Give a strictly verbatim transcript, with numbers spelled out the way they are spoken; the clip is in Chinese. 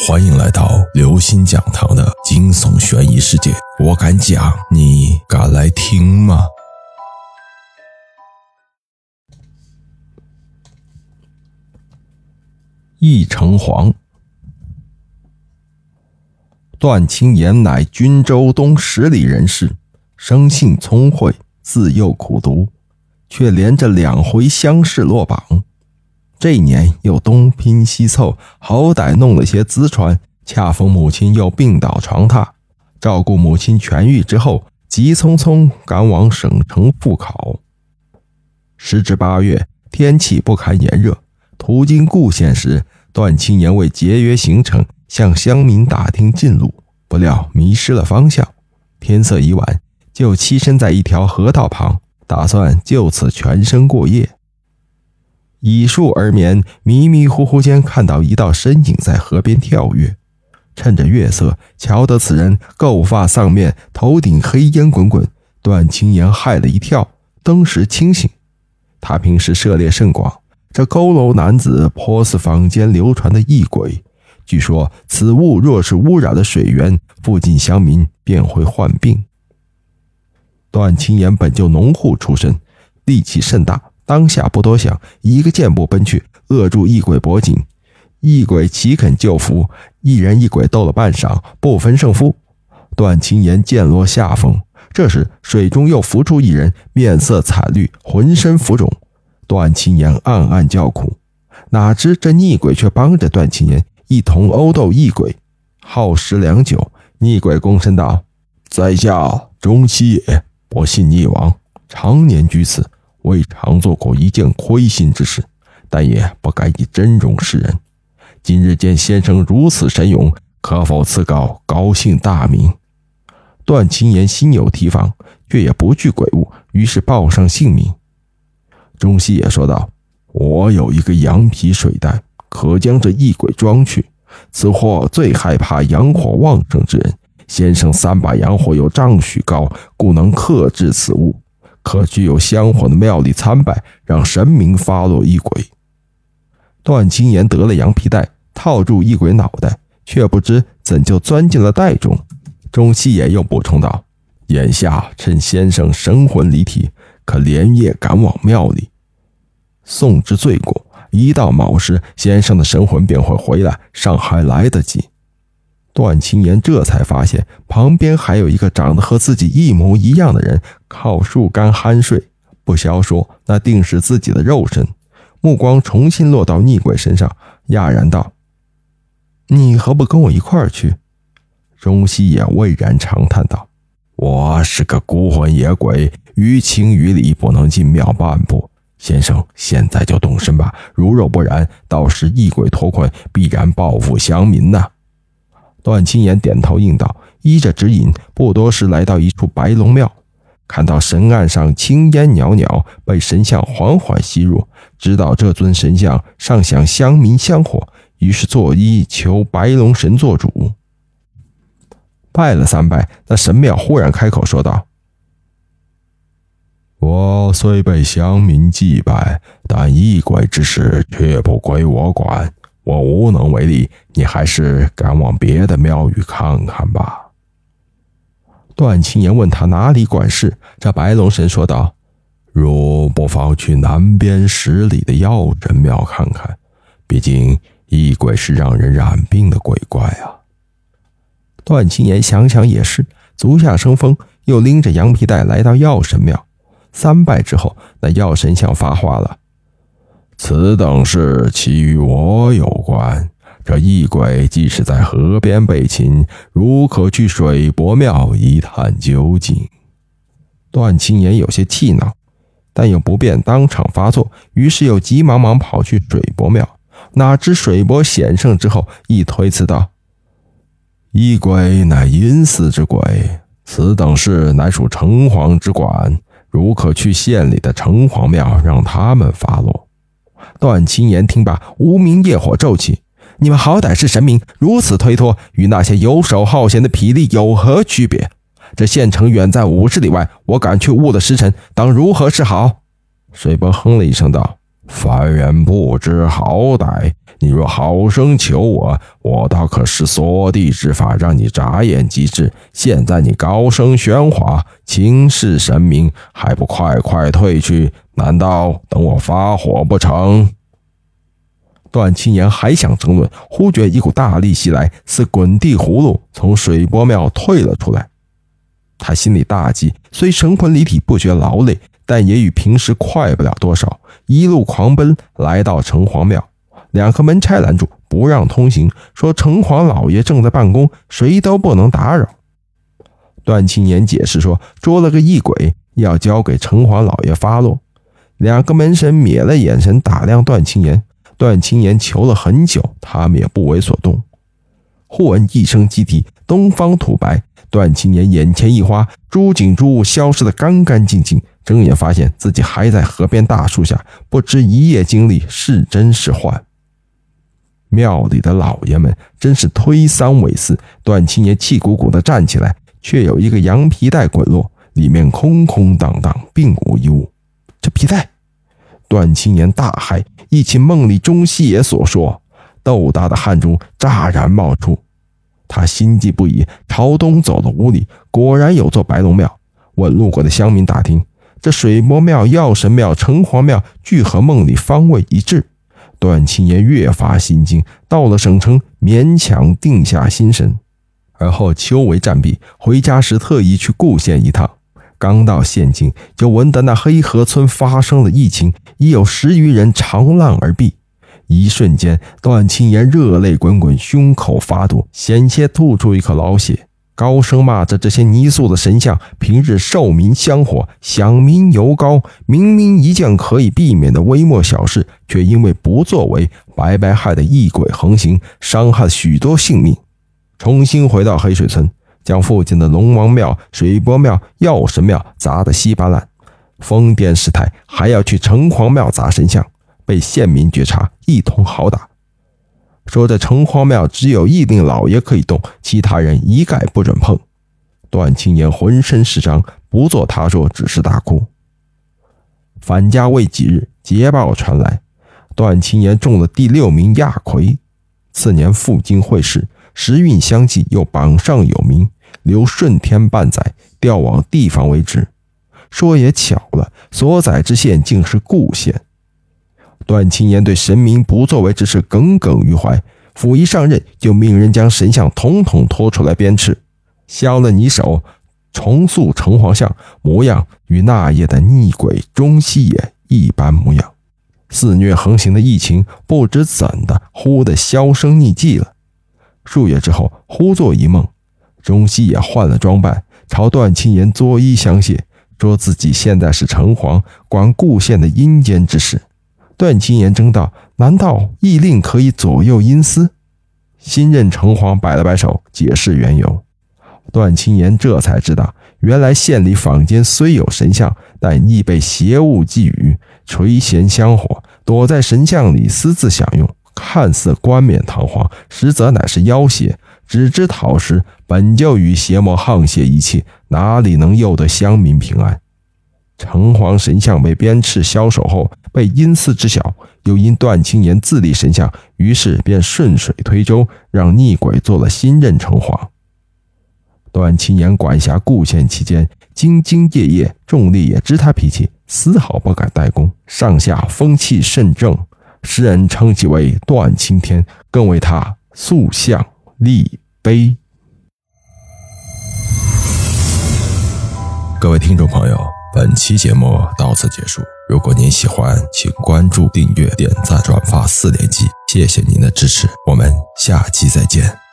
欢迎来到刘星讲堂的惊悚悬疑世界，我敢讲，你敢来听吗？义城隍。段清言乃均州东十里人士，生性聪慧，自幼苦读，却连着两回乡试落榜。这一年又东拼西凑，好歹弄了些资传，恰逢母亲又病倒床榻，照顾母亲痊愈之后，急匆匆赶往省城复考。时至八月，天气不堪炎热，途经固县时，段清言为节约行程，向乡民打听近路，不料迷失了方向。天色已晚，就栖身在一条河道旁，打算就此全身过夜。倚树而眠，迷迷糊糊间看到一道身影在河边跳跃，趁着月色，瞧得此人垢发丧面，头顶黑烟滚滚。段清言害了一跳，登时清醒。他平时涉猎甚广，这佝偻男子颇似坊间流传的异鬼，据说此物若是污染了水源，附近乡民便会患病。段清言本就农户出身，力气甚大，当下不多想，一个箭步奔去，扼住异鬼脖颈。异鬼岂肯就服，一人一鬼斗了半晌，不分胜负。段清言箭落下风，这时水中又浮出一人，面色惨绿，浑身浮肿。段清言暗暗叫苦，哪知这逆鬼却帮着段清言一同殴斗异鬼。耗时良久，逆鬼躬身道：“在下中西也，不信逆王，常年居此，未尝做过一件亏心之事，但也不敢以真容示人。今日见先生如此神勇，可否赐告高姓大名？”段清言心有提防，却也不惧鬼物，于是报上姓名。中西也说道：“我有一个羊皮水袋，可将这异鬼装去。此货最害怕阳火旺盛之人，先生三把阳火有丈许高，故能克制此物。可具有香火的庙里参拜，让神明发落异鬼。”段清言得了羊皮袋，套住异鬼脑袋，却不知怎就钻进了袋中。中西也又补充道：“眼下趁先生神魂离体，可连夜赶往庙里，送之罪过，一到卯时，先生的神魂便会回来，尚还来得及。”段清言这才发现旁边还有一个长得和自己一模一样的人，靠树干酣睡，不消说那定是自己的肉身。目光重新落到逆鬼身上，讶然道：“你何不跟我一块儿去？”中西也蔚然长叹道：“我是个孤魂野鬼，于情于理不能进庙半步。先生现在就动身吧，如若不然，到时异鬼脱困，必然报复乡民呐。”段清言点头应道，依着指引，不多时来到一处白龙庙，看到神案上青烟袅袅，被神像缓缓吸入，知道这尊神像尚想乡民香火，于是作揖求白龙神做主。拜了三拜，那神庙忽然开口说道：“我虽被乡民祭拜，但异鬼之事却不归我管，我无能为力，你还是赶往别的庙宇看看吧。”段清言问他哪里管事，这白龙神说道：“若不妨去南边十里的药神庙看看，毕竟异鬼是让人染病的鬼怪啊。”段清言想想也是，足下生风，又拎着羊皮袋来到药神庙。三拜之后，那药神像发话了：“此等事其与我有关，这异鬼即使在河边被擒，如可去水伯庙一探究竟。”段清言有些气恼，但又不便当场发作，于是又急忙忙跑去水伯庙。哪知水伯显圣之后，一推辞道：“异鬼乃阴司之鬼，此等事乃属城隍之管，如可去县里的城隍庙，让他们发落。”段清言听罢，无名业火骤起：“你们好歹是神明，如此推脱，与那些游手好闲的痞吏有何区别？这县城远在五十里外，我赶去误了时辰，当如何是好？”水伯哼了一声道：“凡人不知好歹， 你若好生求我，我倒可施缩地之法，让你眨眼即至。现在你高声喧哗，轻视神明，还不快快退去？难道等我发火不成？”段青言还想争论，忽觉一股大力袭来，似滚地葫芦从水波庙退了出来。他心里大急，虽神魂离体不觉劳累，但也与平时快不了多少，一路狂奔来到城隍庙。两个门差拦住，不让通行，说城隍老爷正在办公，谁都不能打扰。段青言解释说，捉了个异鬼，要交给城隍老爷发落。两个门神瞥了眼神，打量段青言。段青言求了很久，他们也不为所动。忽闻一声鸡啼，东方吐白，段青言眼前一花，朱景朱物消失得干干净净，睁眼发现自己还在河边大树下，不知一夜经历是真是幻。庙里的老爷们真是推三尾四，段青言气鼓鼓地站起来，却有一个羊皮袋滚落，里面空空荡荡，并无一物。这皮袋！段青言大骇，忆起梦里钟西爷所说，豆大的汗珠乍然冒出。他心悸不已，朝东走了五里，果然有座白龙庙。问路过的乡民打听，这水波庙、药神庙、城隍庙俱和梦里方位一致。段青言越发心惊，到了省城，勉强定下心神。而后秋闱战毕，回家时特意去固县一趟。刚到县境，就闻得那黑河村发生了疫情，已有十余人长浪而毙。一瞬间，段青言热泪滚滚，胸口发堵，险些吐出一口老血，高声骂着这些泥塑的神像平日受民香火，享民油膏，明明一件可以避免的微末小事，却因为不作为，白白害得异鬼横行，伤害许多性命。重新回到黑水村，将附近的龙王庙、水波庙、药神庙砸得稀巴烂，疯癫失态，还要去城隍庙砸神像，被县民觉察，一同好打。说这城隍庙只有义令老爷可以动，其他人一概不准碰。段青言浑身是伤，不做他说，只是大哭。返家未几日，捷报传来，段青言中了第六名亚魁。次年赴京会试，时运相继，又榜上有名，留顺天半载，调往地方为职。说也巧了，所在之县竟是固县。段青言对神明不作为之事耿耿于怀，甫一上任，就命人将神像统统拖出来鞭笞，削了泥手，重塑城隍像，模样与那夜的逆鬼钟西野一般模样。肆虐横行的疫情不知怎的忽的销声匿迹了。数月之后，忽做一梦，钟西野换了装扮，朝段青言作揖相谢，说自己现在是城隍，管固县的阴间之事。段青言争道，难道义令可以左右阴司？新任城隍摆了摆手，解释缘由。段青言这才知道，原来县里坊间虽有神像，但亦被邪物觊觎，垂涎香火，躲在神像里私自享用，看似冠冕堂皇，实则乃是要挟。只知讨食，本就与邪魔沆瀣一气，哪里能诱得乡民平安？城隍神像被鞭笞枭首后，被因私知晓，又因段青言自立神像，于是便顺水推舟，让逆鬼做了新任城隍。段青言管辖固县期间，兢兢业业，众力也知他脾气，丝毫不敢怠工，上下风气甚正，时人称其为段青天，更为他塑像立碑。 各位听众朋友，本期节目到此结束。如果您喜欢，请关注、订阅、点赞、转发四连击，谢谢您的支持，我们下期再见。